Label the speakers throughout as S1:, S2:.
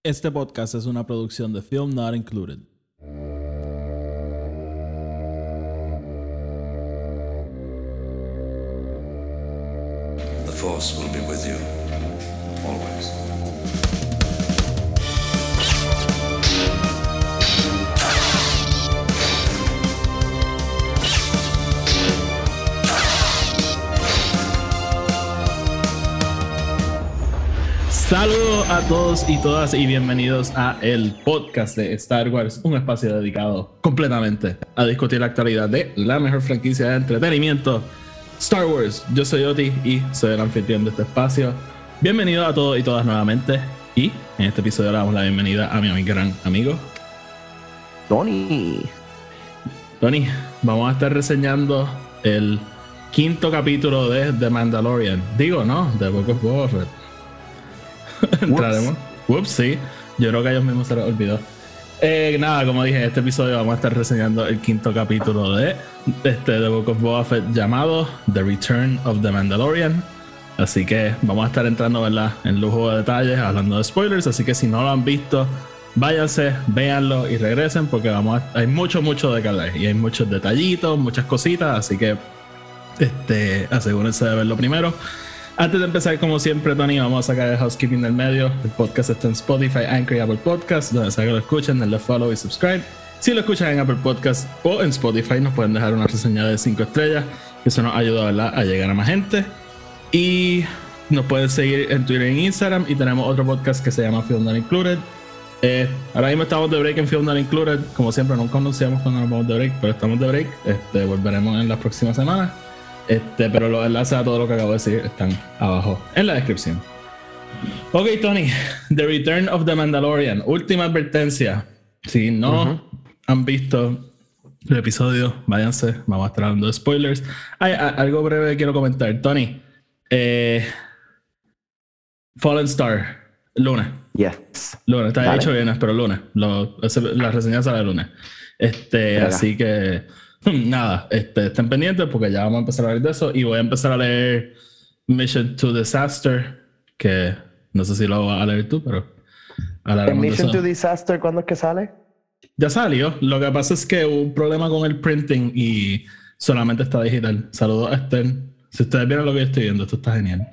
S1: Este podcast es una producción de Film Not Included.
S2: The Force will be with you, always.
S1: Saludos a todos y todas y bienvenidos a el podcast de Star Wars, un espacio dedicado completamente a discutir la actualidad de la mejor franquicia de entretenimiento, Star Wars. Yo soy Oti y soy el anfitrión de este espacio. Bienvenidos a todos y todas nuevamente, y en este episodio le damos la bienvenida a mi gran amigo
S3: Tony,
S1: vamos a estar reseñando el quinto capítulo de The Mandalorian. Digo, no, The Book of Boba Fett. Entraremos. Ups, sí. Yo creo que a ellos mismos se les olvidó. Nada, como dije, en este episodio vamos a estar reseñando el quinto capítulo de The Book of Boba Fett llamado The Return of the Mandalorian. Así que vamos a estar entrando, ¿verdad?, en lujo de detalles, hablando de spoilers. Así que si no lo han visto, váyanse, véanlo y regresen, porque hay mucho de que hablar. Y hay muchos detallitos, muchas cositas. Así que asegúrense de verlo primero. Antes de empezar, como siempre, Tony, vamos a sacar el housekeeping del medio. El podcast está en Spotify, Anchor y Apple Podcasts, donde sea que lo escuchen, denle follow y subscribe. Si lo escuchan en Apple Podcasts o en Spotify, nos pueden dejar una reseña de 5 estrellas, que eso nos ayuda, ¿verdad?, a llegar a más gente. Y nos pueden seguir en Twitter y en Instagram. Y tenemos otro podcast que se llama Film Not Included. Ahora mismo estamos de break en Film Not Included. Como siempre, nunca anunciamos cuando nos vamos de break, pero estamos de break. Volveremos en las próximas semanas. Pero los enlaces a todo lo que acabo de decir están abajo en la descripción. Ok, Tony, The Return of the Mandalorian. Última advertencia. Si no han visto el episodio, váyanse. Vamos a estar hablando de spoilers. Hay algo breve que quiero comentar. Tony, Fallen Star, lunes.
S3: Yes.
S1: Lunes, está dicho viernes, pero lunes. La reseña sale el lunes. Así que nada, estén pendientes porque ya vamos a empezar a hablar de eso. Y voy a empezar a leer Mission to Disaster, que no sé si lo vas a leer tú, pero hablaremos de eso.
S3: Mission to Disaster, ¿cuándo es que sale?
S1: Ya salió. Lo que pasa es que hubo un problema con el printing y solamente está digital. Saludos a Esther. Si ustedes vieron lo que yo estoy viendo, esto está genial.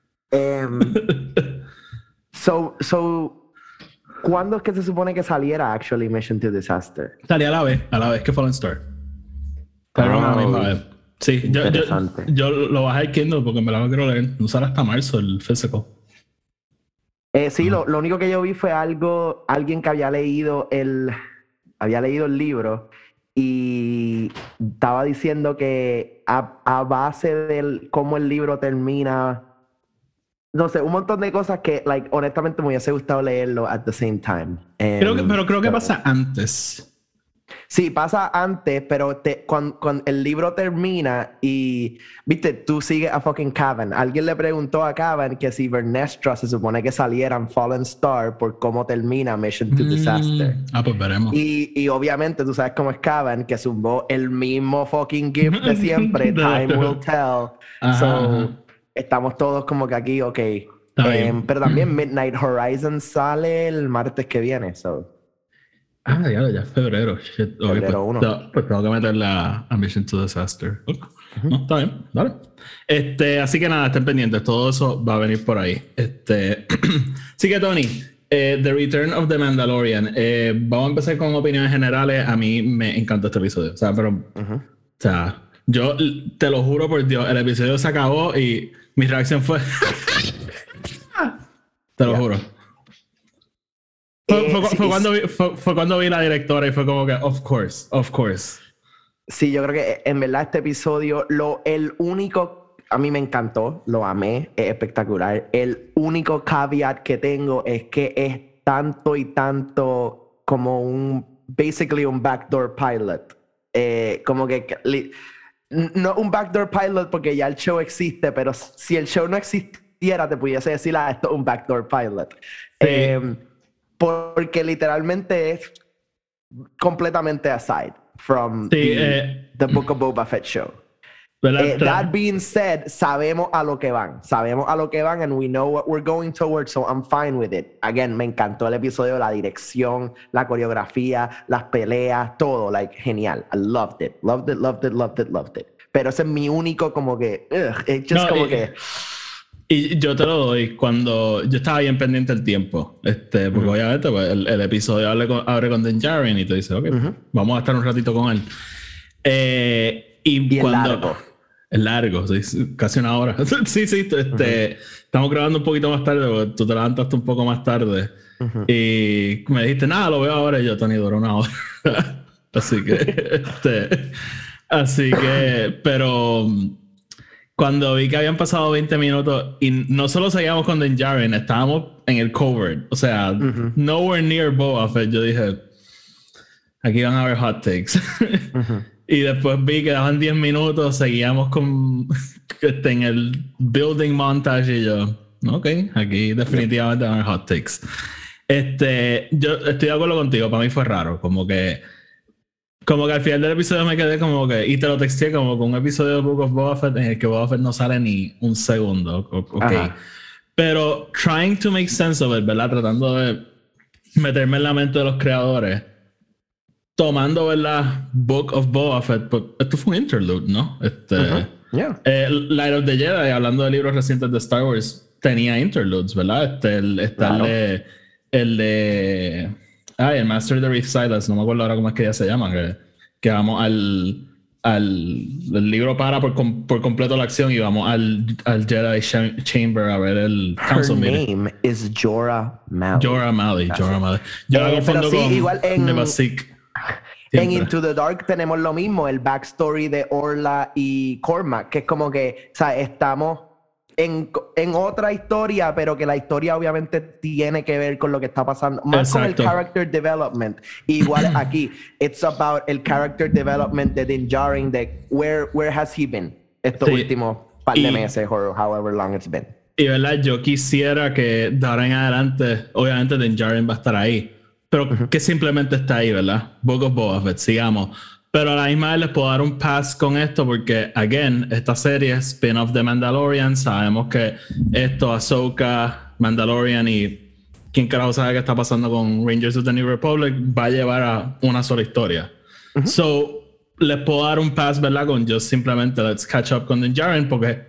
S3: ¿Cuándo es que se supone que saliera actually Mission to Disaster?
S1: Salía a la vez que Fallen Star. Pero a la misma vez. Sí, yo lo bajé al Kindle porque me la quiero leer. No sale hasta marzo el physical.
S3: Sí, lo único que yo vi fue alguien que había leído el libro y estaba diciendo que a base de cómo el libro termina, no sé, un montón de cosas que, honestamente me hubiese gustado leerlo at the same time.
S1: Creo que pasa antes.
S3: Sí, pasa antes, pero cuando el libro termina y, viste, tú sigues a fucking Cavan. Alguien le preguntó a Cavan que si Vernestra se supone que saliera en Fallen Star por cómo termina Mission to Disaster.
S1: Pues veremos.
S3: Y obviamente tú sabes cómo es Cavan, que zumbó el mismo fucking gift de siempre, Time Will Tell. Estamos todos como que aquí, ok. Pero también Midnight Horizon sale el martes que viene,
S1: Ya es febrero. Shit.
S3: Febrero 1.
S1: Pues tengo que meterla a Mission to Disaster. No, está bien, dale. Así que nada, estén pendientes. Todo eso va a venir por ahí. Así que, Tony, The Return of the Mandalorian. Vamos a empezar con opiniones generales. A mí me encantó este episodio. O sea, yo te lo juro por Dios, el episodio se acabó y mi reacción fue... Te lo juro. Fue cuando vi la directora y fue como que, of course.
S3: Sí, yo creo que en verdad este episodio, el único, a mí me encantó, lo amé, es espectacular. El único caveat que tengo es que es tanto y tanto como basically un backdoor pilot. Como que, no un backdoor pilot porque ya el show existe, pero si el show no existiera te pudiese decir, esto es un backdoor pilot. Sí. Porque literalmente es completamente aside from the Book of Boba Fett show. That being said, sabemos a lo que van. Sabemos a lo que van and we know what we're going towards, so I'm fine with it. Again, me encantó el episodio, la dirección, la coreografía, las peleas, todo. Like, genial. I loved it. Loved it, loved it, loved it, loved it. Pero ese es mi único como que... it's just como que...
S1: Y yo te lo doy cuando... Yo estaba bien pendiente del tiempo. Porque obviamente pues, el episodio abre con Din Djarin y te dice, ok, vamos a estar un ratito con él. Y cuando...
S3: largo.
S1: Es largo, sí, casi una hora. Sí, estamos grabando un poquito más tarde porque tú te levantaste un poco más tarde. Y me dijiste, nada, lo veo ahora. Y yo, Tony, duró una hora. Así que, pero cuando vi que habían pasado 20 minutos y no solo seguíamos con Din Djarin, estábamos en el covert. O sea, nowhere near Boba Fett. Yo dije, aquí van a haber hot takes. Y después vi que daban 10 minutos, seguíamos con en el building montage y yo, ok, aquí definitivamente van a haber hot takes. Yo estoy de acuerdo contigo, para mí fue raro, como que al final del episodio me quedé como que, y te lo texté como con un episodio de Book of Boba Fett en el que Boba Fett no sale ni un segundo, ok. Pero trying to make sense of it, ¿verdad? Tratando de meterme en la mente de los creadores. Tomando, ¿verdad? Book of Boba Fett, pues esto fue un interlude, ¿no? Light of the Jedi, hablando de libros recientes de Star Wars, tenía interludes, ¿verdad?
S3: Claro.
S1: El de el Master de Rick Silas, no me acuerdo ahora cómo es que ya se llama, que vamos el libro para por completo la acción y vamos al Jedi Chamber a ver el Council Meeting.
S3: Her name is Jorah Malli.
S1: Jorah Malli. Yo la confundo con
S3: igual
S1: Nebasik.
S3: En Into the Dark tenemos lo mismo, el backstory de Orla y Cormac, que es como que, o sea, estamos en otra historia, pero que la historia obviamente tiene que ver con lo que está pasando, más con el character development. Igual aquí, it's about el character development de Din Djarin, de where has he been estos últimos par de meses, or however long it's been.
S1: Y verdad, yo quisiera que de ahora en adelante, obviamente Din Djarin va a estar ahí, pero que simplemente está ahí, ¿verdad? Book of Boba Fett, sigamos. Pero a la misma vez les puedo dar un pass con esto porque, again, esta serie es spin-off de Mandalorian. Sabemos que esto, Ahsoka, Mandalorian y quién carajo sabe qué está pasando con Rangers of the New Republic va a llevar a una sola historia. So, les puedo dar un pass, ¿verdad? Con just simplemente let's catch up con Din Djarin porque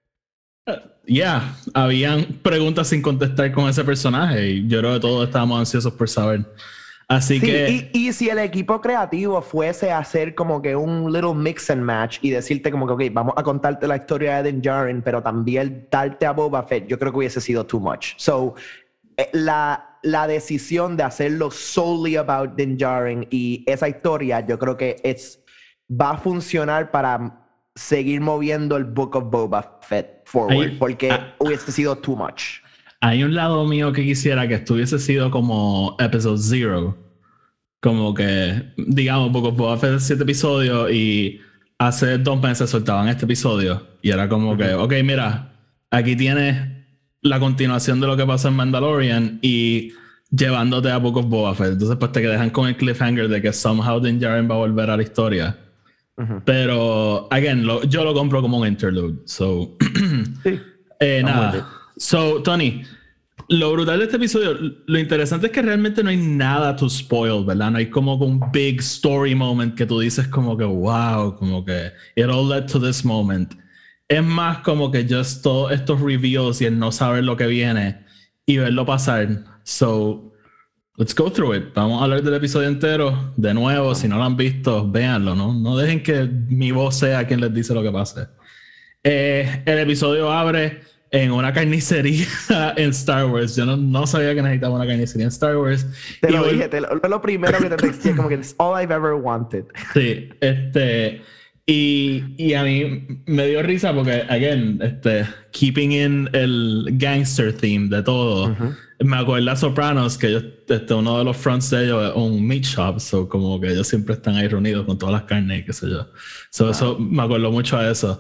S1: habían preguntas sin contestar con ese personaje y yo creo que todos estábamos ansiosos por saber. Así que...
S3: Y si el equipo creativo fuese a hacer como que un little mix and match y decirte como que, ok, vamos a contarte la historia de Din Djarin, pero también darte a Boba Fett, yo creo que hubiese sido too much. So, la decisión de hacerlo solely about Din Djarin y esa historia, yo creo que va a funcionar para seguir moviendo el Book of Boba Fett forward, porque hubiese sido too much.
S1: Hay un lado mío que quisiera que estuviese sido como Episode 0. Como que, digamos, Book of Boba Fett 7 episodios y hace 2 meses soltaban este episodio. Y era como que, ok, mira, aquí tienes la continuación de lo que pasó en Mandalorian y llevándote a Book of Boba Fett. Entonces, pues te dejan con el cliffhanger de que somehow Din Djarin va a volver a la historia. Pero, again, yo lo compro como un interlude. So, nada. So, Tony, lo brutal de este episodio, lo interesante es que realmente no hay nada to spoil, ¿verdad? No hay como un big story moment que tú dices como que wow, como que it all led to this moment. Es más como que just todos estos reveals y el no saber lo que viene y verlo pasar. So, let's go through it. Vamos a hablar del episodio entero. De nuevo, si no lo han visto, véanlo, ¿no? No dejen que mi voz sea quien les dice lo que pase. El episodio abre en una carnicería en Star Wars. Yo no sabía que necesitaba una carnicería en Star Wars.
S3: Te lo dije, lo primero que te texté, como que it's all I've ever wanted.
S1: Sí, y a mí me dio risa porque, again, keeping in el gangster theme de todo. Me acuerdo a Sopranos que ellos, uno de los fronts de ellos es un meat shop, so como que ellos siempre están ahí reunidos con todas las carnes y qué sé yo. So, eso me acuerdo mucho a eso.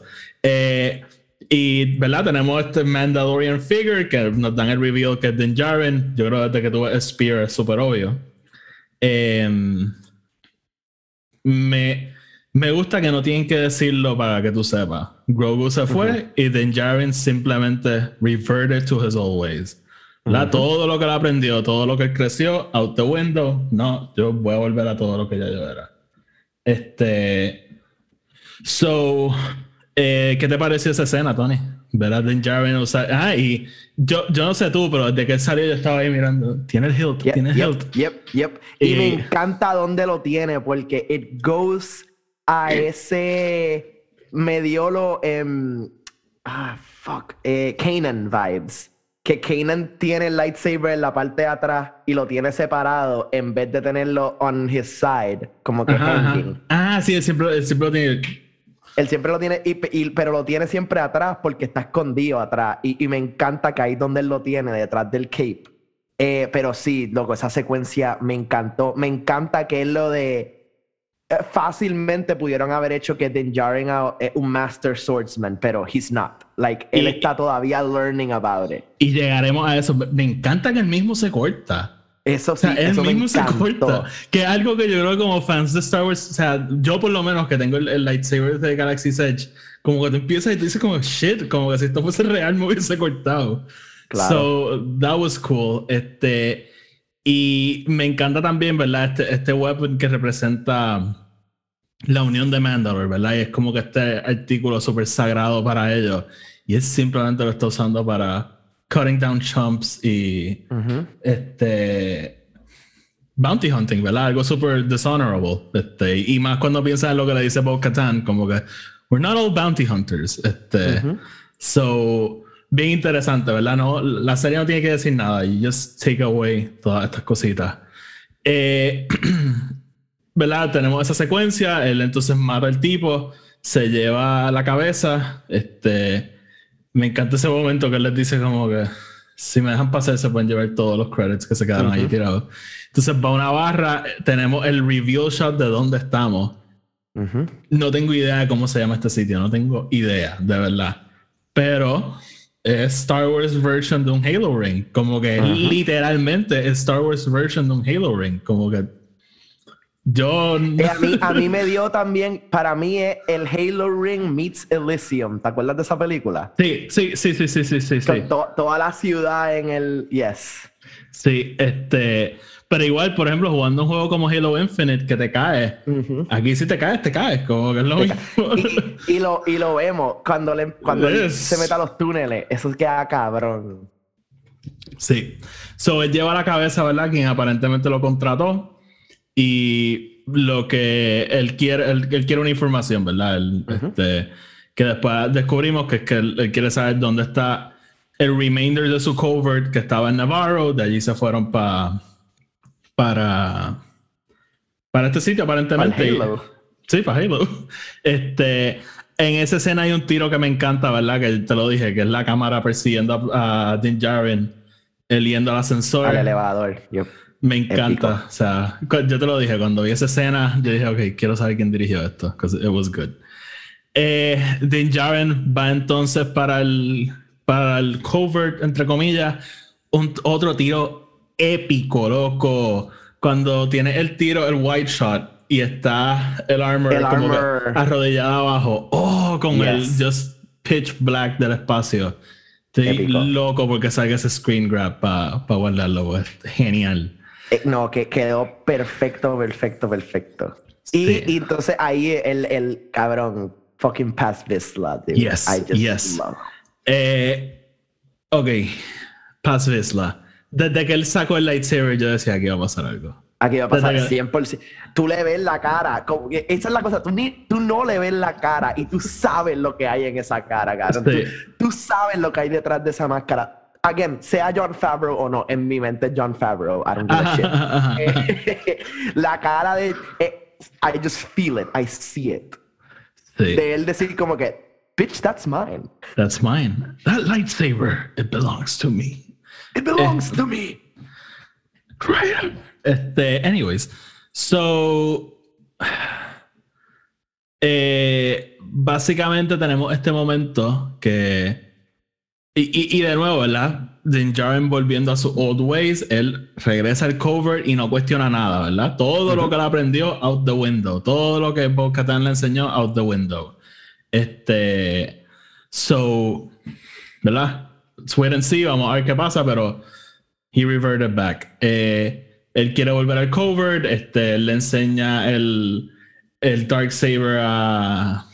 S1: Y, ¿verdad? Tenemos este Mandalorian figure que nos dan el reveal que es Din Djarin. Yo creo que desde que tuve Spear es súper obvio. Me gusta que no tienen que decirlo para que tú sepas. Grogu se fue y Din Djarin simplemente reverted to his old ways. Todo lo que él aprendió, todo lo que él creció, out the window. No, yo voy a volver a todo lo que ya yo era. ¿Qué te pareció esa escena, Tony? Ver a Din Djarin usar... y yo no sé tú, pero desde que él salió yo estaba ahí mirando. Tiene el hilt, tiene el hilt.
S3: Yep. Y me encanta dónde lo tiene porque it goes a ese... Me dio lo... Kanan vibes. Que Kanan tiene el lightsaber en la parte de atrás y lo tiene separado en vez de tenerlo on his side, como que hanging.
S1: Sí, él siempre lo tiene.
S3: Él siempre lo tiene, pero lo tiene siempre atrás porque está escondido atrás. Y me encanta que ahí donde él lo tiene, detrás del cape. Pero sí, loco, esa secuencia me encantó. Me encanta que es lo de... fácilmente pudieron haber hecho que Din Djarin es un master swordsman, pero he's not. Like, él está todavía learning about it.
S1: Y llegaremos a eso. Me encanta que él mismo se corta.
S3: Eso sí, él mismo se corta.
S1: Que es algo que yo creo que como fans de Star Wars, o sea, yo por lo menos que tengo el lightsaber de Galaxy's Edge, como que te empiezas y te dices como, shit, como que si esto fuese real me hubiese cortado. Claro. So, that was cool. Y me encanta también, ¿verdad? Este weapon que representa la unión de Mandalore, ¿verdad? Y es como que este artículo súper sagrado para ellos. Y él simplemente lo está usando para cutting down chumps y bounty hunting, ¿verdad? Algo súper dishonorable. Y más cuando piensas en lo que le dice Bo-Katan, como que we're not all bounty hunters. So, bien interesante, ¿verdad? No, la serie no tiene que decir nada. You just take away todas estas cositas. ¿Verdad? Tenemos esa secuencia. Él entonces mata al tipo, se lleva la cabeza. Me encanta ese momento que él les dice como que si me dejan pasar se pueden llevar todos los credits que se quedaron ahí tirados. Entonces va a una barra, tenemos el reveal shot de dónde estamos. No tengo idea de cómo se llama este sitio, no tengo idea, de verdad. Pero es Star Wars version de un Halo Ring. Como que literalmente es Star Wars version de un Halo Ring. Como que
S3: a mí me dio también, para mí es el Halo Ring meets Elysium. ¿Te acuerdas de esa película?
S1: Sí.
S3: Con toda la ciudad en el... Yes.
S1: Sí, pero igual, por ejemplo, jugando un juego como Halo Infinite que te caes, aquí si te caes, como que es lo mismo.
S3: Y lo vemos cuando él se mete a los túneles, eso queda cabrón.
S1: Sí. So, él lleva la cabeza, ¿verdad? Quien aparentemente lo contrató. Y lo que él quiere una información, ¿verdad? Que después descubrimos que es que él quiere saber dónde está el remainder de su covert que estaba en Navarro. De allí se fueron para este sitio, aparentemente.
S3: Para Halo.
S1: Sí, para Halo. En esa escena hay un tiro que me encanta, ¿verdad? Que te lo dije, que es la cámara persiguiendo a Din Djarin, él yendo al ascensor.
S3: Al elevador. Yep.
S1: Me encanta. Épico. O sea, yo te lo dije, cuando vi esa escena, yo dije, ok, quiero saber quién dirigió esto, because it was good. Din Djarin va entonces para el covert, entre comillas, otro tiro épico, loco. Cuando tiene el tiro, el white shot, y está el armor como que arrodillado abajo. Oh, con el just pitch black del espacio. Estoy loco porque salga ese screen grab para guardarlo. Es genial.
S3: No, que quedó perfecto. Sí. Y entonces ahí el cabrón fucking Paz Vizsla, dude.
S1: Yes.
S3: Love.
S1: Ok, Paz Vizsla. Desde que él sacó el lightsaber yo decía que iba a pasar algo.
S3: Aquí va a pasar 100%. Tú le ves la cara. Como que esa es la cosa. Tú no le ves la cara y tú sabes lo que hay en esa cara, cabrón. Sí. Tú sabes lo que hay detrás de esa máscara. Again, sea Jon Favreau o no, en mi mente es Jon Favreau. I don't give a shit. La cara de... I just feel it. I see it. Sí. De él decir como que, bitch, that's mine.
S1: That's mine. That lightsaber, it belongs to me.
S3: It belongs to me.
S1: Right. Anyways, so... básicamente tenemos este momento que... Y de nuevo, ¿verdad? Din Djarin volviendo a sus old ways, él regresa al cover y no cuestiona nada, ¿verdad? Todo lo que él aprendió, out the window. Todo lo que Bo-Katan le enseñó, out the window. So, ¿verdad? Let's wait and see, vamos a ver qué pasa, pero he reverted back. Él quiere volver al covert, le enseña el Darksaber al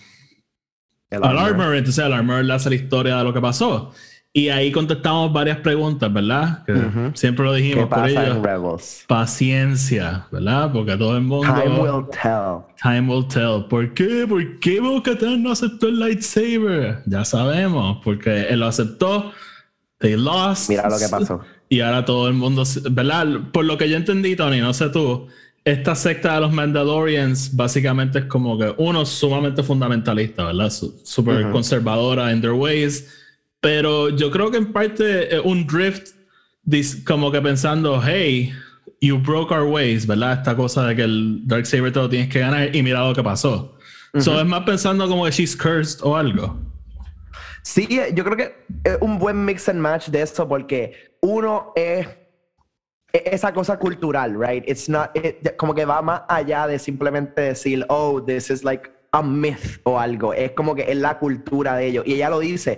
S1: Armor, entonces el Armor le hace la historia de lo que pasó. Y ahí contestamos varias preguntas, ¿verdad? Que siempre lo dijimos.
S3: ¿Qué pasa en Rebels?
S1: Paciencia, ¿verdad? Porque todo el mundo...
S3: Time will tell.
S1: Time will tell. ¿Por qué? ¿Por qué Bo-Katan no aceptó el lightsaber? Ya sabemos. Porque él lo aceptó. They lost.
S3: Mira lo que pasó.
S1: Y ahora todo el mundo... ¿Verdad? Por lo que yo entendí, Tony, no sé tú, esta secta de los Mandalorians básicamente es como que uno sumamente fundamentalista, ¿verdad? Súper conservadora in their ways. Pero yo creo que en parte un drift como que pensando, hey, you broke our ways, ¿verdad? Esta cosa de que el Darksaber te lo tienes que ganar y mira lo que pasó. So es más pensando como que she's cursed o algo.
S3: Sí, yo creo que es un buen mix and match de eso porque uno es esa cosa cultural, right? It's not, como que va más allá de simplemente decir, oh, this is like a myth o algo. Es como que es la cultura de ellos. Y ella lo dice,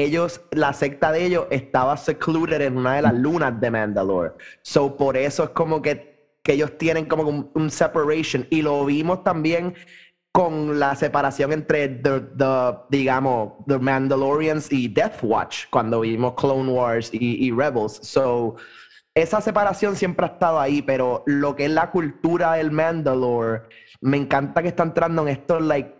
S3: la secta de ellos estaba secluded en una de las lunas de Mandalore. So por eso es como que ellos tienen como un separation. Y lo vimos también con la separación entre digamos, The Mandalorians y Death Watch, cuando vimos Clone Wars y Rebels. So esa separación siempre ha estado ahí, pero lo que es la cultura del Mandalore, me encanta que está entrando en estos, like,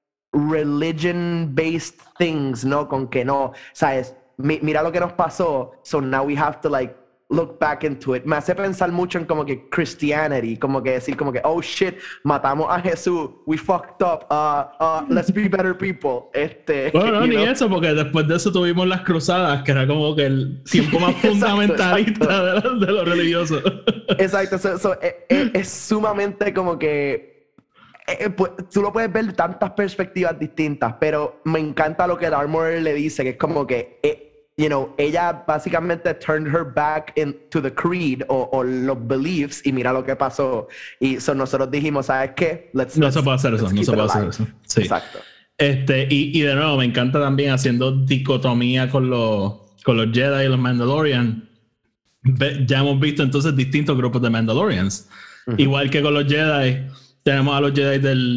S3: religion-based things, ¿no? Con que no, ¿sabes? Mira lo que nos pasó, so now we have to, like, look back into it. Me hace pensar mucho en como que Christianity, como que decir como que, oh shit, matamos a Jesús, we fucked up, let's be better people.
S1: Bueno, no, ni eso, porque después de eso tuvimos las cruzadas, que era como que el tiempo más fundamentalista de lo religioso.
S3: Exacto, es sumamente como que pues, tú lo puedes ver de tantas perspectivas distintas, pero me encanta lo que el Armor le dice, que es como que you know, ella básicamente turned her back into the creed o los beliefs y mira lo que pasó. Y nosotros dijimos, ¿sabes qué?
S1: No se puede hacer eso, no se puede hacer eso. Sí.
S3: Exacto.
S1: Y de nuevo, me encanta también haciendo dicotomía con los Jedi y los Mandalorian. Ya hemos visto entonces distintos grupos de Mandalorians. Igual que con los Jedi, tenemos a los Jedi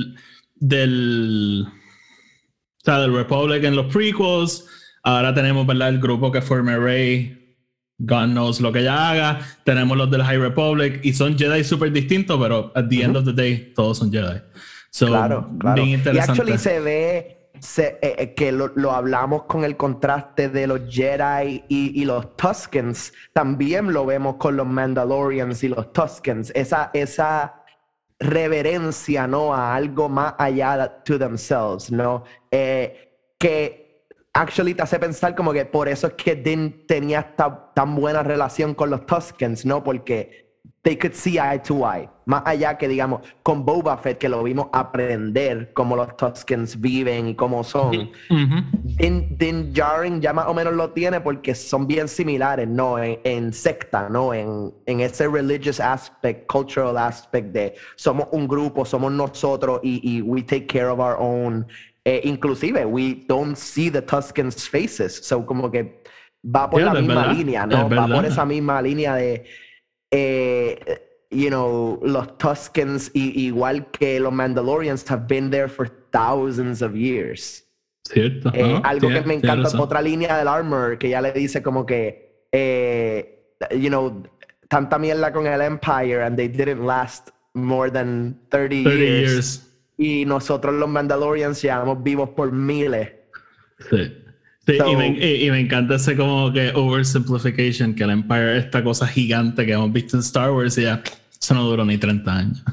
S1: del Republic en los prequels. Ahora tenemos, ¿verdad?, el grupo que forma Rey, God knows lo que ella haga. Tenemos los del High Republic y son Jedi súper distintos, pero at the end of the day, todos son Jedi. So,
S3: claro.
S1: bien interesante.
S3: Y actually se ve que lo hablamos con el contraste de los Jedi y los Tuskens. También lo vemos con los Mandalorians y los Tuskens. Esa reverencia, ¿no?, a algo más allá to themselves, ¿no? Que actually te hace pensar como que por eso es que Din tenía esta tan buena relación con los Tuskens, ¿no? Porque they could see eye to eye. Más allá que, digamos, con Boba Fett, que lo vimos aprender cómo los Tuskens viven y cómo son. Din Djarin ya más o menos lo tiene porque son bien similares, ¿no? En secta, ¿no? En ese religious aspect, cultural aspect de somos un grupo, somos nosotros y we take care of our own. Inclusive, we don't see the Tuskens' faces. So, como que va por la misma línea, ¿no? Va por esa misma línea de, you know, los Tuskens, igual que los Mandalorians, have been there for thousands of years.
S1: Cierto.
S3: Algo que me encanta, otra línea del Armor, que ya le dice como que, you know, tanta mierda con el Empire, and they didn't last more than 30 years. Y nosotros los Mandalorians llevamos vivos por miles.
S1: Sí. So, y me encanta ese como que oversimplification, que el Empire es esta cosa gigante que hemos visto en Star Wars y ya eso no duró ni 30 años.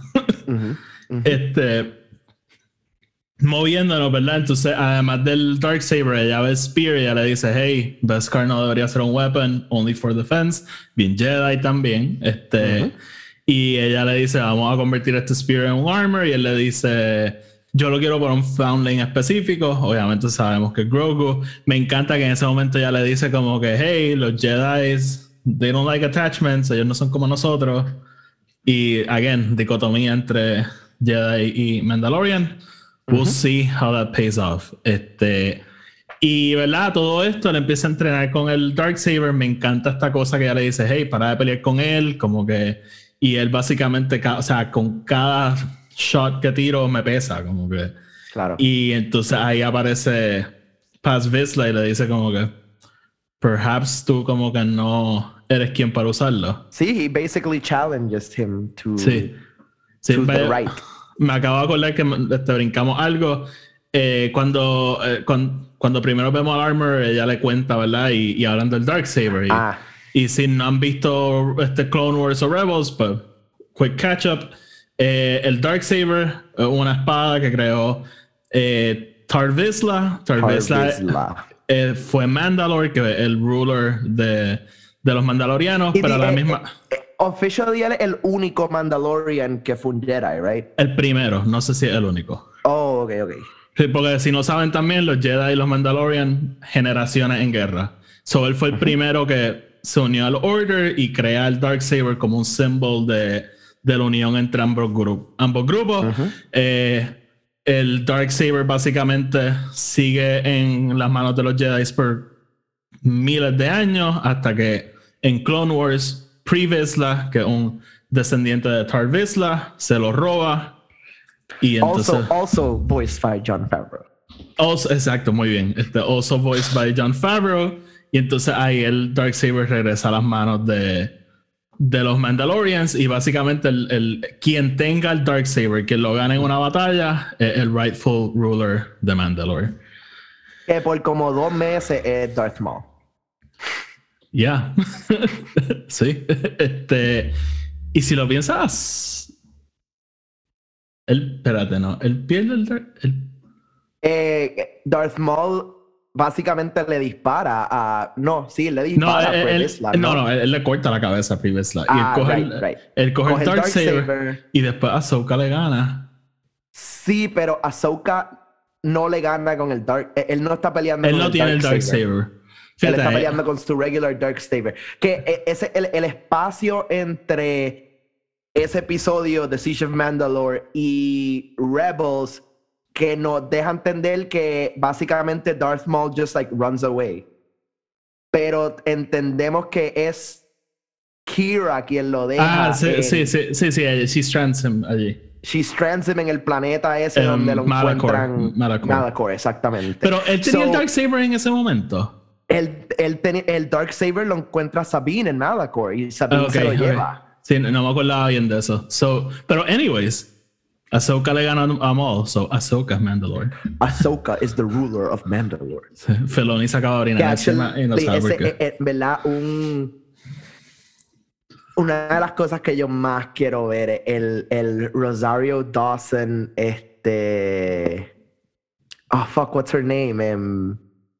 S1: Moviéndonos, ¿verdad? Entonces, además del Darksaber, ella ve Spear y ella le dice, hey, Beskar no debería ser un weapon, only for defense. Bien Jedi también. Y ella le dice, vamos a convertir este Spear en un armor. Y él le dice, yo lo quiero por un foundling específico. Obviamente sabemos que Grogu. Me encanta que en ese momento ya le dice como que, hey, los Jedi, they don't like attachments, ellos no son como nosotros. Y, again, dicotomía entre Jedi y Mandalorian. We'll see how that pays off. Y, ¿verdad? Todo esto, él empieza a entrenar con el Darksaber. Me encanta esta cosa que ella le dice, hey, para de pelear con él. Como que... Y él básicamente, o sea, con cada shot que tiro me pesa, como que...
S3: Claro.
S1: Y entonces ahí aparece Paz Vizsla y le dice como que... Perhaps tú como que no eres quien para usarlo.
S3: Sí, he basically challenged him to,
S1: Sí,
S3: to the right.
S1: Me acabo de acordar que brincamos algo. Cuando primero vemos al Armor, ella le cuenta, ¿verdad? Y hablan del Darksaber. Y si no han visto Clone Wars o Rebels, pues quick catch up. El Darksaber, una espada que creó Tarre Vizsla. Tarre Vizsla fue Mandalore, que es el ruler de los Mandalorianos, pero a la misma...
S3: Officially él es el único Mandalorian que fue un Jedi, right?
S1: El primero, no sé si es el único.
S3: Oh, ok.
S1: Sí, porque si no saben también, los Jedi y los Mandalorian, generaciones en guerra. So él fue el primero que se unió al Order y crea el Darksaber como un símbolo de la unión entre ambos grupos. El Darksaber básicamente sigue en las manos de los Jedi por miles de años hasta que en Clone Wars Pre Vizsla, que es un descendiente de Tarre Vizsla, se lo roba y entonces
S3: also voiced by Jon Favreau.
S1: Exacto, muy bien. Also voiced by Jon Favreau, y entonces ahí el Darksaber regresa a las manos de los Mandalorians y básicamente quien tenga el Darksaber, quien lo gane en una batalla, es el rightful ruler de Mandalore.
S3: Que por como 2 meses es Darth Maul.
S1: Ya. Sí. Y si lo piensas, espérate, no. Él pierde
S3: Darth Maul básicamente le dispara a... No, sí, le dispara a Pre Vizsla.
S1: Él le corta la cabeza a Pre Vizsla. Y él coge el Darksaber y después Ahsoka le gana.
S3: Sí, pero Ahsoka no le gana con el Dark... Él no está peleando
S1: con
S3: el Darksaber.
S1: Él no tiene el Darksaber.
S3: Él está peleando con su regular Darksaber. Que es el espacio entre ese episodio de Siege of Mandalore y Rebels que nos deja entender que básicamente Darth Maul just like runs away. Pero entendemos que es Kira quien lo deja.
S1: Sí, she strands him allí.
S3: She strands him en el planeta ese donde lo encuentran. Malachor, exactamente.
S1: Pero él tenía el Darksaber en ese momento.
S3: El Darksaber lo encuentra Sabine en Malachor y Sabine se lo lleva.
S1: Sí, no me acordaba bien de eso. Pero anyways, Ahsoka le gana a Maul, so Ahsoka es Mandalore.
S3: Ahsoka is the ruler of Mandalore.
S1: Filoni se acaba de orinar encima y no sabe por qué.
S3: ¿Verdad? Una de las cosas que yo más quiero ver es el Rosario Dawson, what's her name?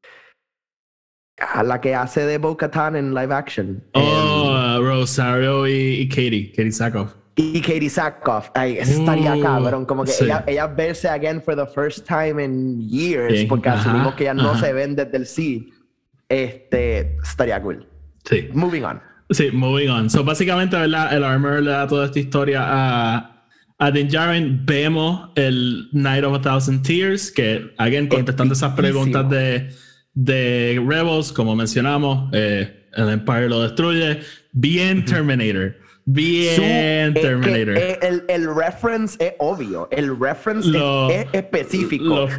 S3: La que hace de Bo-Katan en live action.
S1: Rosario y Katie Sackhoff.
S3: Y Katie Sackhoff. Ay, eso estaría cabrón. Como que ella verse again for the first time in years. Sí. Porque asumimos que ella no se ven desde el seed. Estaría cool.
S1: Sí.
S3: Moving on.
S1: Sí, moving on. So, básicamente, ¿verdad? El Armor le da toda esta historia a Din Djarin. Vemos el Night of a Thousand Tears, que, again, contestando esas preguntas de Rebels, como mencionamos, el Empire lo destruye. Bien Terminator. Terminator.
S3: El reference es obvio. El reference es específico.
S1: Los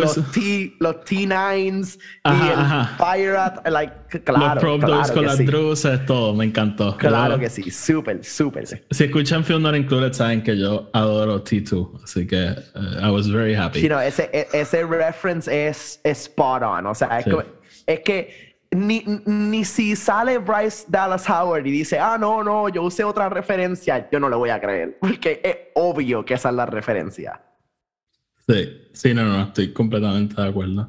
S3: T9s y el Fire At, claro.
S1: Los Probe Doors con las druses, todo. Me encantó.
S3: Claro que sí. Súper.
S1: Si escuchan Film Not Included, saben que yo adoro T2. Así que I was very happy.
S3: Sí, no, ese reference es spot on. O sea, es que ni si sale Bryce Dallas Howard y dice, no, yo usé otra referencia, yo no le voy a creer, porque es obvio que esa es la referencia.
S1: Sí, no, estoy completamente de acuerdo.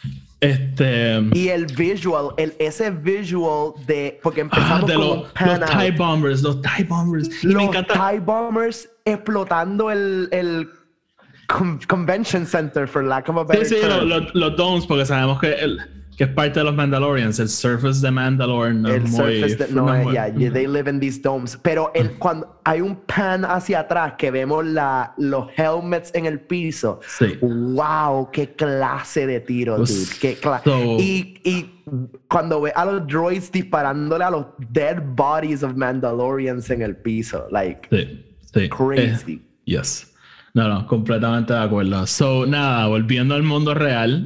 S3: Y el visual, ese visual de, porque empezamos con
S1: los TIE Bombers. Y me encanta
S3: TIE Bombers explotando el convention center, for lack of a better
S1: Sí,
S3: term.
S1: los domes, porque sabemos que es parte de los Mandalorians. El surface de Mandalore no
S3: El
S1: es muy...
S3: surface no es, yeah, they live in these domes. Pero cuando hay un pan hacia atrás que vemos los helmets en el piso.
S1: Sí.
S3: Wow, qué clase de tiro, dude. Qué
S1: So-
S3: y cuando ve a los droids disparándole a los dead bodies of Mandalorians en el piso, like
S1: Sí.
S3: crazy.
S1: Yes. No, completamente de acuerdo. So, nada, volviendo al mundo real,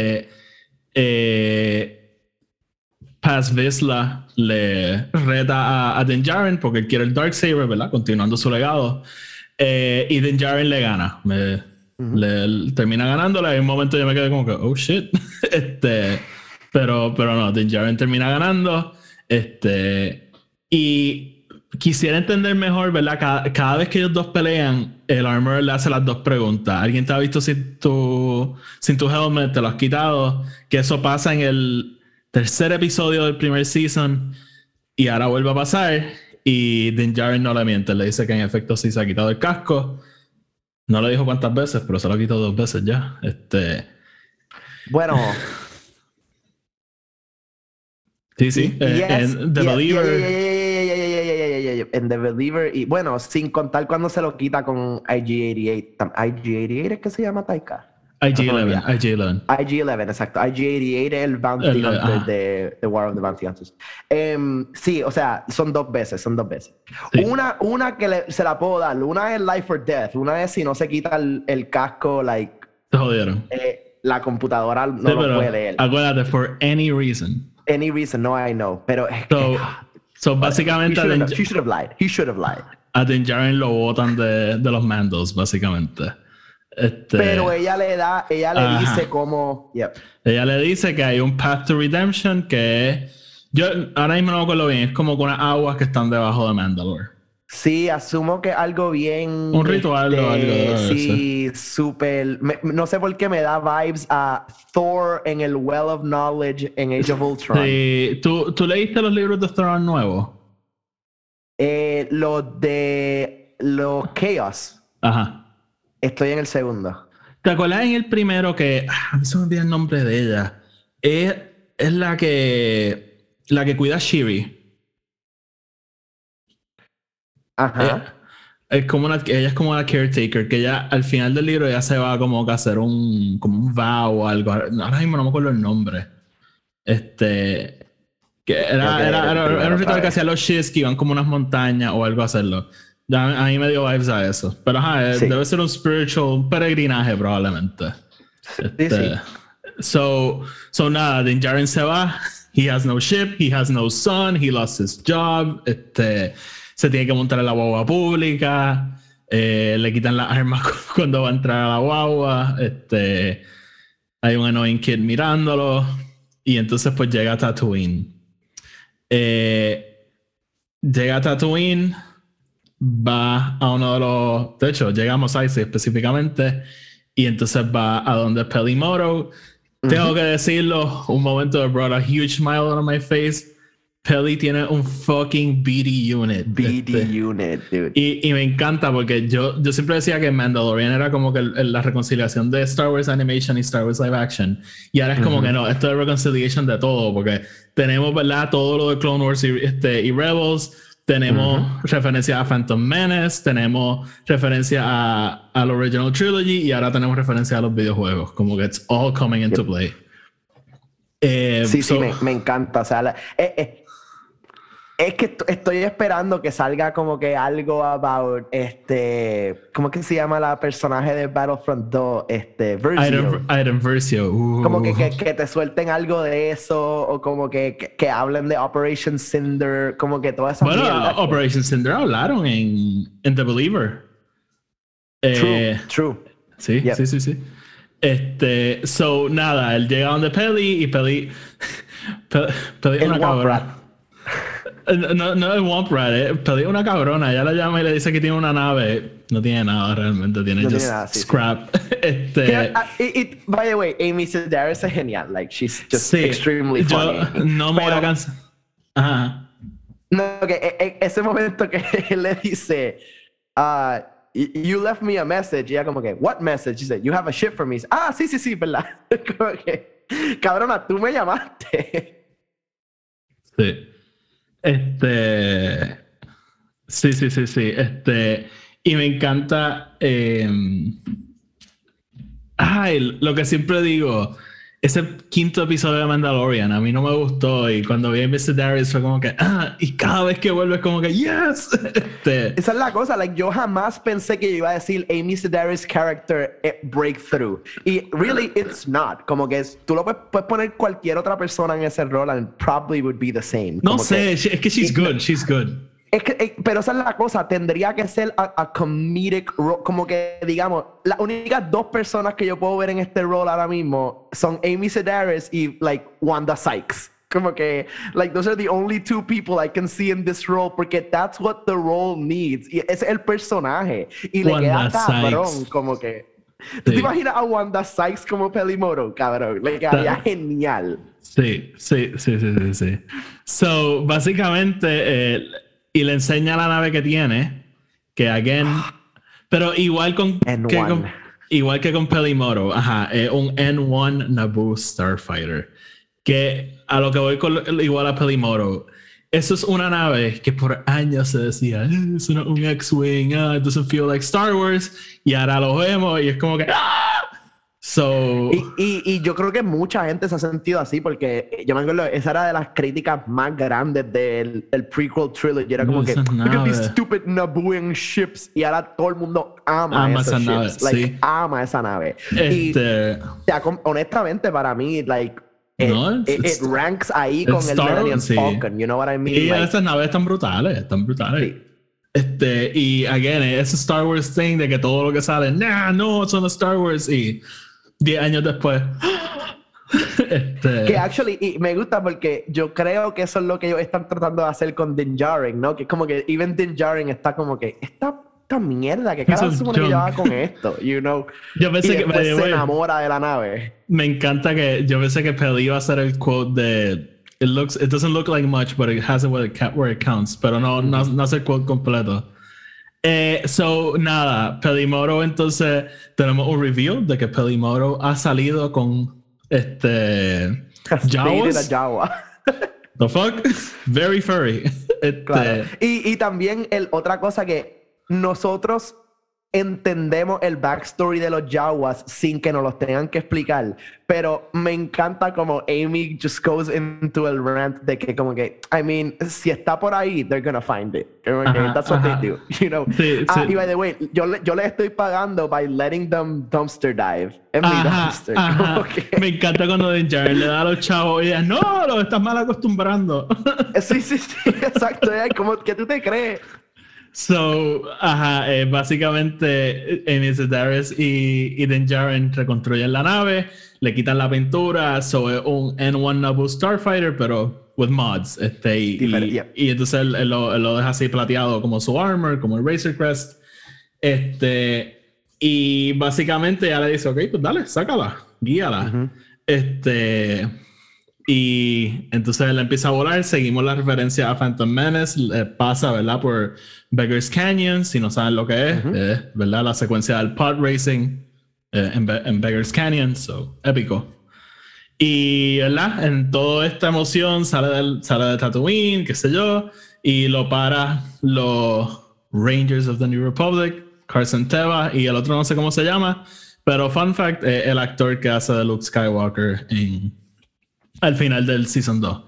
S1: Paz Vizsla le reta a Din Djarin porque él quiere el Darksaber, ¿verdad? Continuando su legado. Y Din Djarin le gana. Le termina ganándole. Hay un momento yo me quedé como que, oh shit. Pero no, Din Djarin termina ganando. Y quisiera entender mejor, ¿verdad? Cada vez que ellos dos pelean, el Armorer le hace las dos preguntas. ¿Alguien te ha visto sin tu helmet? ¿Te lo has quitado? Que eso pasa en el tercer episodio del primer season y ahora vuelve a pasar y Din Djarin no le miente. Le dice que en efecto sí se ha quitado el casco. No le dijo cuántas veces, pero se lo ha quitado 2 veces ya.
S3: Bueno...
S1: Sí. En The Believer.
S3: En The Believer. Y bueno, sin contar cuando se lo quita con IG-88. ¿IG-88 es que se llama Taika?
S1: IG-11.
S3: IG-11, exacto. IG-88 es el Bounty Hunter de War of the Bounty Hunters. Sí, o sea, son 2 veces.
S1: Sí.
S3: Una que se la puedo dar. Una es Life or Death. Una es si no se quita el casco, like...
S1: Se jodieron.
S3: La computadora no lo puede leer.
S1: Acuérdate, for any reason.
S3: Any reason, no, I know. Pero es
S1: so básicamente
S3: he should have lied.
S1: A Din Djarin lo botan de los Mandos, básicamente.
S3: Pero ella le dice cómo... Yep.
S1: Ella le dice que hay un path to redemption que yo ahora mismo no me acuerdo bien, es como con unas aguas que están debajo de Mandalore.
S3: Sí, asumo que algo bien...
S1: Un ritual o algo.
S3: Sí, súper... No sé por qué me da vibes a Thor en el Well of Knowledge en Age of Ultron.
S1: Sí. ¿Tú leíste los libros de Thor nuevos?
S3: Los Chaos.
S1: Ajá.
S3: Estoy en el segundo.
S1: ¿Te acuerdas en el primero que... a mí se me olvida el nombre de ella. Es la que cuida a Shiri.
S3: Ajá.
S1: Ella es como la caretaker, que ella al final del libro ya se va como que a hacer como un vow o algo. Ahora mismo no me acuerdo el nombre. Que era un ritual que hacían los Shiz que iban como unas montañas o algo a hacerlo. A mí me dio vibes a eso. Pero sí. Debe ser un peregrinaje probablemente.
S3: Sí.
S1: So nada, Din Djarin se va. He has no ship, he has no son, he lost his job. Se tiene que montar en la guagua pública. Le quitan las armas cuando va a entrar a la guagua. Hay un annoying kid mirándolo. Y entonces pues llega a Tatooine. Va a uno de los... De hecho, llega a Mos Eisley específicamente. Y entonces va a donde Peli Motto. Tengo que decirlo, un momento that brought a huge smile on my face. Peli tiene un fucking BD unit.
S3: Unit, dude.
S1: Y me encanta porque yo siempre decía que Mandalorian era como que la reconciliación de Star Wars Animation y Star Wars Live Action. Y ahora es como que no, esto es reconciliation de todo, porque tenemos, ¿verdad? Todo lo de Clone Wars y Rebels. Tenemos referencia a Phantom Menace, tenemos referencia a la Original Trilogy y ahora tenemos referencia a los videojuegos. Como que it's all coming into play.
S3: Sí, me encanta. O sea, es que estoy esperando que salga como que algo about ¿cómo es que se llama la personaje de Battlefront 2? Versio.
S1: Item Versio.
S3: Como que te suelten algo de eso, o como que hablen de Operation Cinder, como que toda esa mierda.
S1: Operation Cinder hablaron en The Believer.
S3: True.
S1: Sí, yep. Sí. So, nada, él llega donde Peli y Peli es una cabrona. No es Womp Rat, Peli es una cabrona. Ella la llama y le dice que tiene una nave. No tiene nada realmente, tiene just nada, scrap.
S3: By the way, Amy Sedaris es genial. Like, she's just extremely funny.
S1: No me voy a cansar. Ajá.
S3: No, ese momento que él le dice, you left me a message. Y ella como que, what message? She said, you have a ship for me. Ah, sí, ¿verdad? Como que, cabrona, tú me llamaste.
S1: Sí. Sí. Y me encanta. Lo que siempre digo. Ese quinto episodio de Mandalorian a mí no me gustó. Y cuando vi a Mr. Darius fue como que. Y cada vez que vuelve es como que. ¡Yes!
S3: Esa es la cosa. Like, yo jamás pensé que yo iba a decir Amy Sedaris character breakthrough. Y really, it's not. Como que tú lo puedes poner cualquier otra persona en ese rol and probably would be the same.
S1: No
S3: como
S1: sé. Es que she's good. She's good.
S3: Pero esa es la cosa, tendría que ser a comedic role, como que digamos, las únicas dos personas que yo puedo ver en este rol ahora mismo son Amy Sedaris y like Wanda Sykes. Como que, like, those are the only two people I can see in this role porque that's what the role needs. Y ese es el personaje. Y le
S1: Wanda
S3: queda cabrón,
S1: Sykes.
S3: Como que... ¿Tú te imaginas a Wanda Sykes como Pelimoro, cabrón? Le quedaría genial.
S1: Sí. So, básicamente... y le enseña la nave que tiene, que again, pero igual igual que con Pelimoro, un N1 Naboo Starfighter, que a lo que voy con igual a Pelimoro, eso es una nave que por años se decía, es un X-Wing, it doesn't feel like Star Wars, y ahora lo vemos y es como que So,
S3: y yo creo que mucha gente se ha sentido así porque yo me acuerdo, esa era de las críticas más grandes del prequel trilogy. Era como que, look at these stupid Nabooian ships. Y ahora todo el mundo ama
S1: esa
S3: ships.
S1: nave,
S3: like,
S1: sí.
S3: ama esa nave. Y honestamente, para mí, like, it ranks ahí con el Millennium Falcon. You know what I mean?
S1: Y esas naves están brutales. Sí. Y again, ese Star Wars thing de que todo lo que sale, no, son los Star Wars. Y 10 años después.
S3: Que actually, y me gusta porque yo creo que eso es lo que ellos están tratando de hacer con Din Djarin, ¿no? Que es como que even Din Djarin está como que esta mierda, que carajo se supone que llevaba con esto, you know?
S1: Yo pensé
S3: y después se enamora de la nave.
S1: Me encanta que yo pensé que Peli iba a hacer el quote de it doesn't look like much, but it has it where it counts. Pero no hace el quote completo. So, nada, Pelimoro, entonces tenemos un review de que Pelimoro ha salido con Jawas. The fuck? Very furry.
S3: Claro. Y también otra cosa que nosotros entendemos el backstory de los Jawas sin que nos los tengan que explicar, pero me encanta como Amy just goes into el rant de que como que, I mean, si está por ahí, they're gonna find it. That's what they do, you know.
S1: Sí.
S3: Y by the way, yo le estoy pagando by letting them dumpster dive en mi dumpster.
S1: Me encanta cuando Din Djarin le da a los chavos y ella, no, los estás mal acostumbrando.
S3: Sí, exacto. ¿Qué tú te crees?
S1: So, básicamente Amy Sedaris y Din Djarin reconstruyen la nave, le quitan la pintura, so es un N1 Naboo Starfighter, pero with mods, y entonces él lo deja así plateado como su armor, como el Razor Crest, y básicamente ya le dice, ok, pues dale, sácala, guíala, y entonces él empieza a volar. Seguimos la referencia a Phantom Menace. Pasa, ¿verdad? Por Beggar's Canyon. Si no saben lo que es, ¿verdad? La secuencia del pod racing en Beggar's Canyon. So, épico. Y, ¿verdad? En toda esta emoción sale de Tatooine, qué sé yo. Y lo para los Rangers of the New Republic, Carson Teva. Y el otro no sé cómo se llama. Pero, fun fact, el actor que hace de Luke Skywalker al final del Season 2.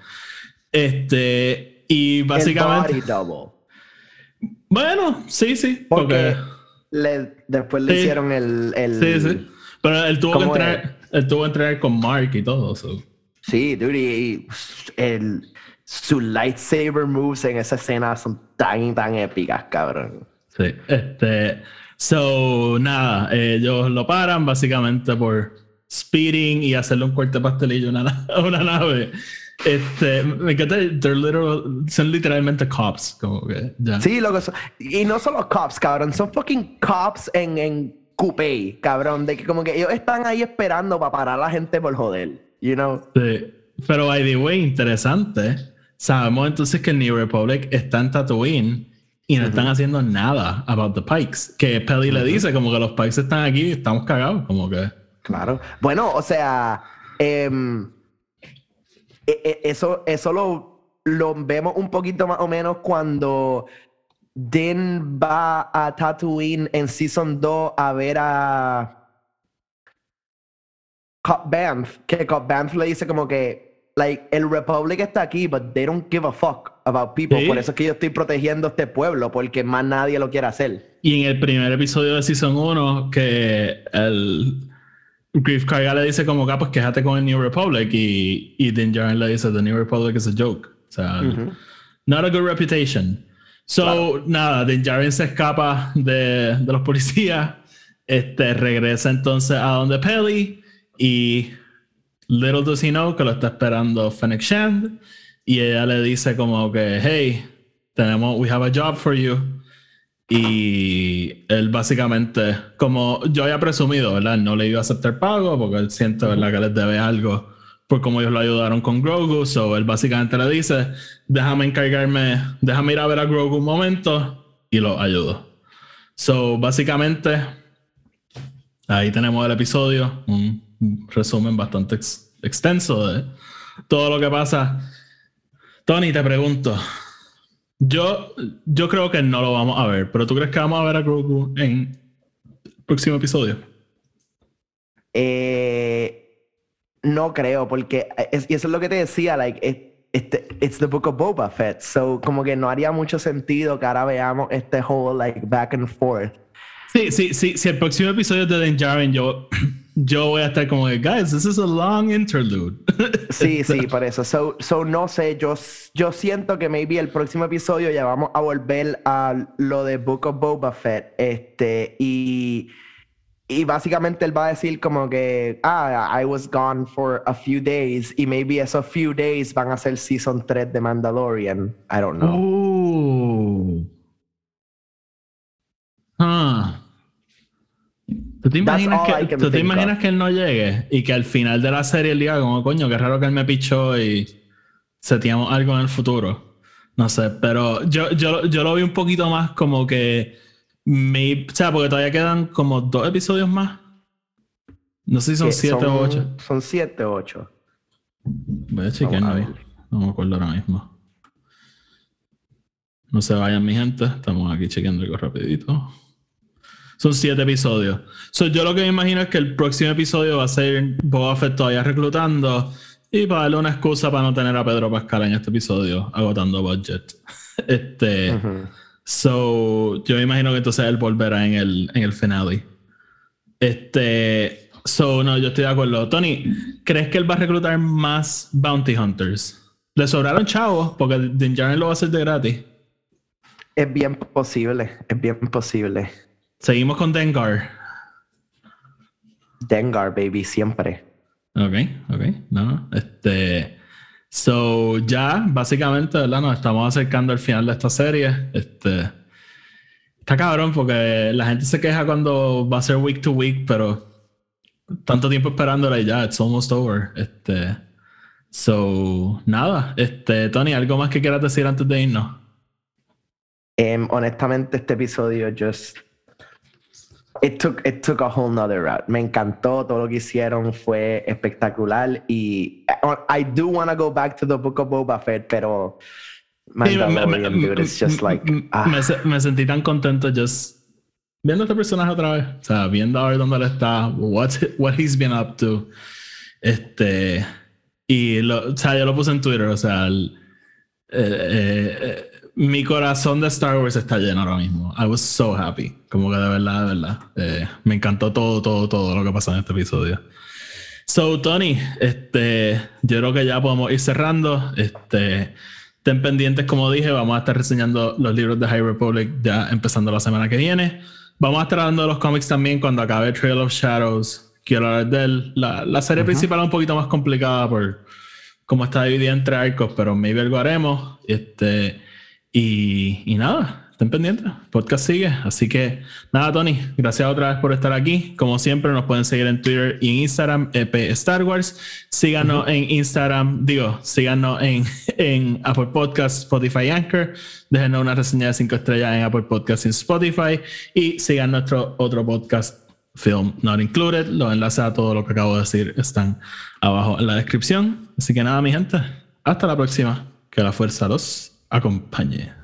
S1: Y básicamente...
S3: El body double.
S1: Bueno, sí.
S3: Porque después le hicieron el...
S1: Sí. Pero él tuvo que entrenar con Mark y todo. So.
S3: Sí, dude. Y su lightsaber moves en esa escena son tan épicas, cabrón.
S1: Sí. So, nada. Ellos lo paran básicamente por speeding y hacerle un corte pastelillo a una nave. Me encanta, son literalmente cops, como que ya.
S3: Sí, loco, y no solo cops, cabrón, son fucking cops en coupé, cabrón, de que como que ellos están ahí esperando para parar a la gente por joder, you know.
S1: Sí, pero by the way, interesante, sabemos entonces que New Republic está en Tatooine y no están haciendo nada about the Pikes. Que Peli le dice como que los Pikes están aquí y estamos cagados, como que...
S3: Claro. Bueno, o sea, eso lo vemos un poquito más o menos cuando Din va a Tatooine en Season 2 a ver a Cobb Vanth, que Cobb Vanth le dice como que like, el Republic está aquí, but they don't give a fuck about people.
S1: Sí.
S3: Por eso es que yo estoy protegiendo este pueblo, porque más nadie lo quiere hacer.
S1: Y en el primer episodio de Season 1, que el Grief Karga le dice como que pues quéjate con el New Republic y Din Djarin le dice the New Republic is a joke. O sea, not a good reputation. So, claro. Nada, Din Djarin se escapa de los policías, regresa entonces a donde Peli y little does he know que lo está esperando Fennec Shand y ella le dice como que hey, we have a job for you. Y él básicamente, como yo había presumido, ¿verdad? No le iba a aceptar pago porque él siente, ¿verdad? Que les debe algo por cómo ellos lo ayudaron con Grogu. So él básicamente le dice, déjame ir a ver a Grogu un momento y lo ayudo. So básicamente ahí tenemos el episodio, un resumen bastante extenso de todo lo que pasa. Tony, te pregunto, yo creo que no lo vamos a ver, pero ¿tú crees que vamos a ver a Grogu en el próximo episodio?
S3: No creo, porque y eso es lo que te decía, like, it's the Book of Boba Fett, so como que no haría mucho sentido que ahora veamos este whole like back and forth.
S1: Sí, si el próximo episodio es de Din Djarin, yo voy a estar como, guys, this is a long interlude.
S3: Sí, por eso. So no sé, yo siento que maybe el próximo episodio ya vamos a volver a lo de Book of Boba Fett, y básicamente él va a decir como que, I was gone for a few days, y maybe esos few days van a ser Season 3 de Mandalorian. I don't know.
S1: ¿Tú te imaginas que él no llegue y que al final de la serie él diga como, coño, qué raro que él me pichó y seteamos algo en el futuro? No sé, pero yo lo vi un poquito más como que o sea, porque todavía quedan como 2 episodios más. No sé si son 7 o 8.
S3: Son 7 o 8.
S1: Voy a chequear, no me acuerdo ahora mismo. No se vayan, mi gente. Estamos aquí chequeando algo rapidito. Son 7 episodios. So, yo lo que me imagino es que el próximo episodio va a ser Boba Fett todavía reclutando y para darle una excusa para no tener a Pedro Pascal en este episodio, agotando budget. So, yo me imagino que entonces él volverá en el finale. So, no, yo estoy de acuerdo. Tony, ¿crees que él va a reclutar más Bounty Hunters? Le sobraron chavos porque Din Djarin lo va a hacer de gratis.
S3: Es bien posible.
S1: Seguimos con Dengar.
S3: Dengar, baby, siempre.
S1: Ok. No. So, ya, básicamente, ¿verdad? Nos estamos acercando al final de esta serie. Está cabrón porque la gente se queja cuando va a ser week to week, pero tanto tiempo esperándola y ya, it's almost over. So, nada. Tony, ¿algo más que quieras decir antes de irnos?
S3: Honestamente, este episodio It took a whole nother route. Me encantó, todo lo que hicieron fue espectacular y I do want to go back to the Book of Boba Fett, pero Mandalorian, dude, it's just like...
S1: Me sentí tan contento just viendo a este personaje otra vez. O sea, viendo a ver dónde él está, what he's been up to. O sea, yo lo puse en Twitter, o sea, mi corazón de Star Wars está lleno ahora mismo. I was so happy. Como que de verdad. Me encantó todo lo que pasó en este episodio. So, Tony, yo creo que ya podemos ir cerrando. Ten pendientes, como dije, vamos a estar reseñando los libros de High Republic ya empezando la semana que viene. Vamos a estar hablando de los cómics también cuando acabe Trail of Shadows. Quiero hablar de él. La serie principal es un poquito más complicada por cómo está dividida entre arcos, pero maybe algo haremos. Y nada, estén pendientes. El podcast sigue. Así que nada, Tony, gracias otra vez por estar aquí. Como siempre, nos pueden seguir en Twitter y en Instagram, EP Star Wars. Síganos en Instagram, síganos en Apple Podcasts, Spotify, Anchor. Déjenos una reseña de 5 estrellas en Apple Podcasts y Spotify. Y sigan nuestro otro podcast, Film Not Included. Los enlaces a todo lo que acabo de decir están abajo en la descripción. Así que nada, mi gente, hasta la próxima. Que la fuerza los acompañe.